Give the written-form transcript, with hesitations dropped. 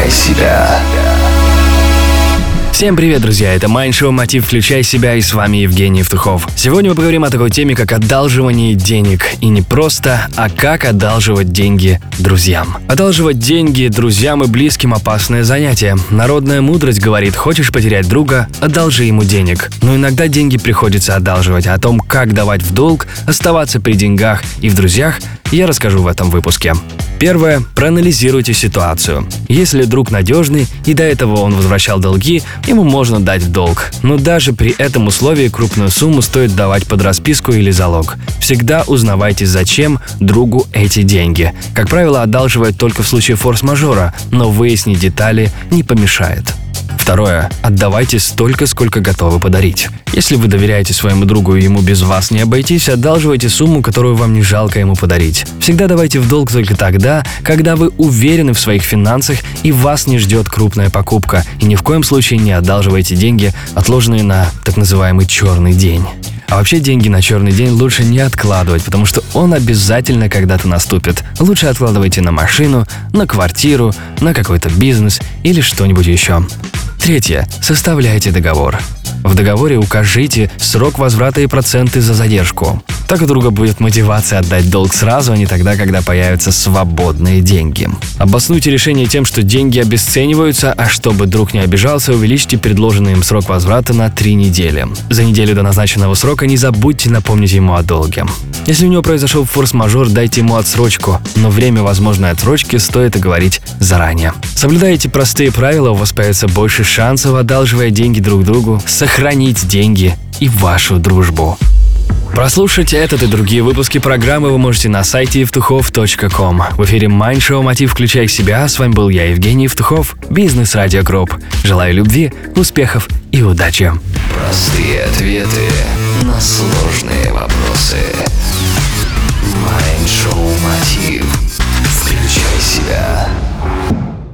«Включай себя». Всем привет, друзья! Это Майншоу «Мотив. Включай себя» и с вами Евгений Евтухов. Сегодня мы поговорим о такой теме, как одалживание денег. И не просто, а как одалживать деньги друзьям. Одалживать деньги друзьям и близким – опасное занятие. Народная мудрость говорит: хочешь потерять друга – одолжи ему денег. Но иногда деньги приходится одалживать. О том, как давать в долг, оставаться при деньгах и в друзьях, я расскажу в этом выпуске. Первое. Проанализируйте ситуацию. Если друг надежный и до этого он возвращал долги, ему можно дать в долг. Но даже при этом условии крупную сумму стоит давать под расписку или залог. Всегда узнавайте, зачем другу эти деньги. Как правило, одалживают только в случае форс-мажора, но выяснить детали не помешает. Второе. Отдавайте столько, сколько готовы подарить. Если вы доверяете своему другу и ему без вас не обойтись, одалживайте сумму, которую вам не жалко ему подарить. Всегда давайте в долг только тогда, когда вы уверены в своих финансах и вас не ждет крупная покупка. И ни в коем случае не одалживайте деньги, отложенные на так называемый черный день. А вообще деньги на черный день лучше не откладывать, потому что он обязательно когда-то наступит. Лучше откладывайте на машину, на квартиру, на какой-то бизнес или что-нибудь еще. Третье. Составляйте договор. В договоре укажите срок возврата и проценты за задержку. Так у друга будет мотивация отдать долг сразу, а не тогда, когда появятся свободные деньги. Обоснуйте решение тем, что деньги обесцениваются, а чтобы друг не обижался, увеличьте предложенный им срок возврата на 3 недели. За неделю до назначенного срока не забудьте напомнить ему о долге. Если у него произошел форс-мажор, дайте ему отсрочку, но время возможной отсрочки стоит оговорить заранее. Соблюдайте простые правила, у вас появится больше шансов, одалживая деньги друг другу, сохранить деньги и вашу дружбу. Прослушать этот и другие выпуски программы вы можете на сайте евтухов.com. В эфире Майншоу «Мотив. Включай себя». С вами был я, Евгений Евтухов, Бизнес Радио Групп. Желаю любви, успехов и удачи. Простые ответы на сложные вопросы. Майншоу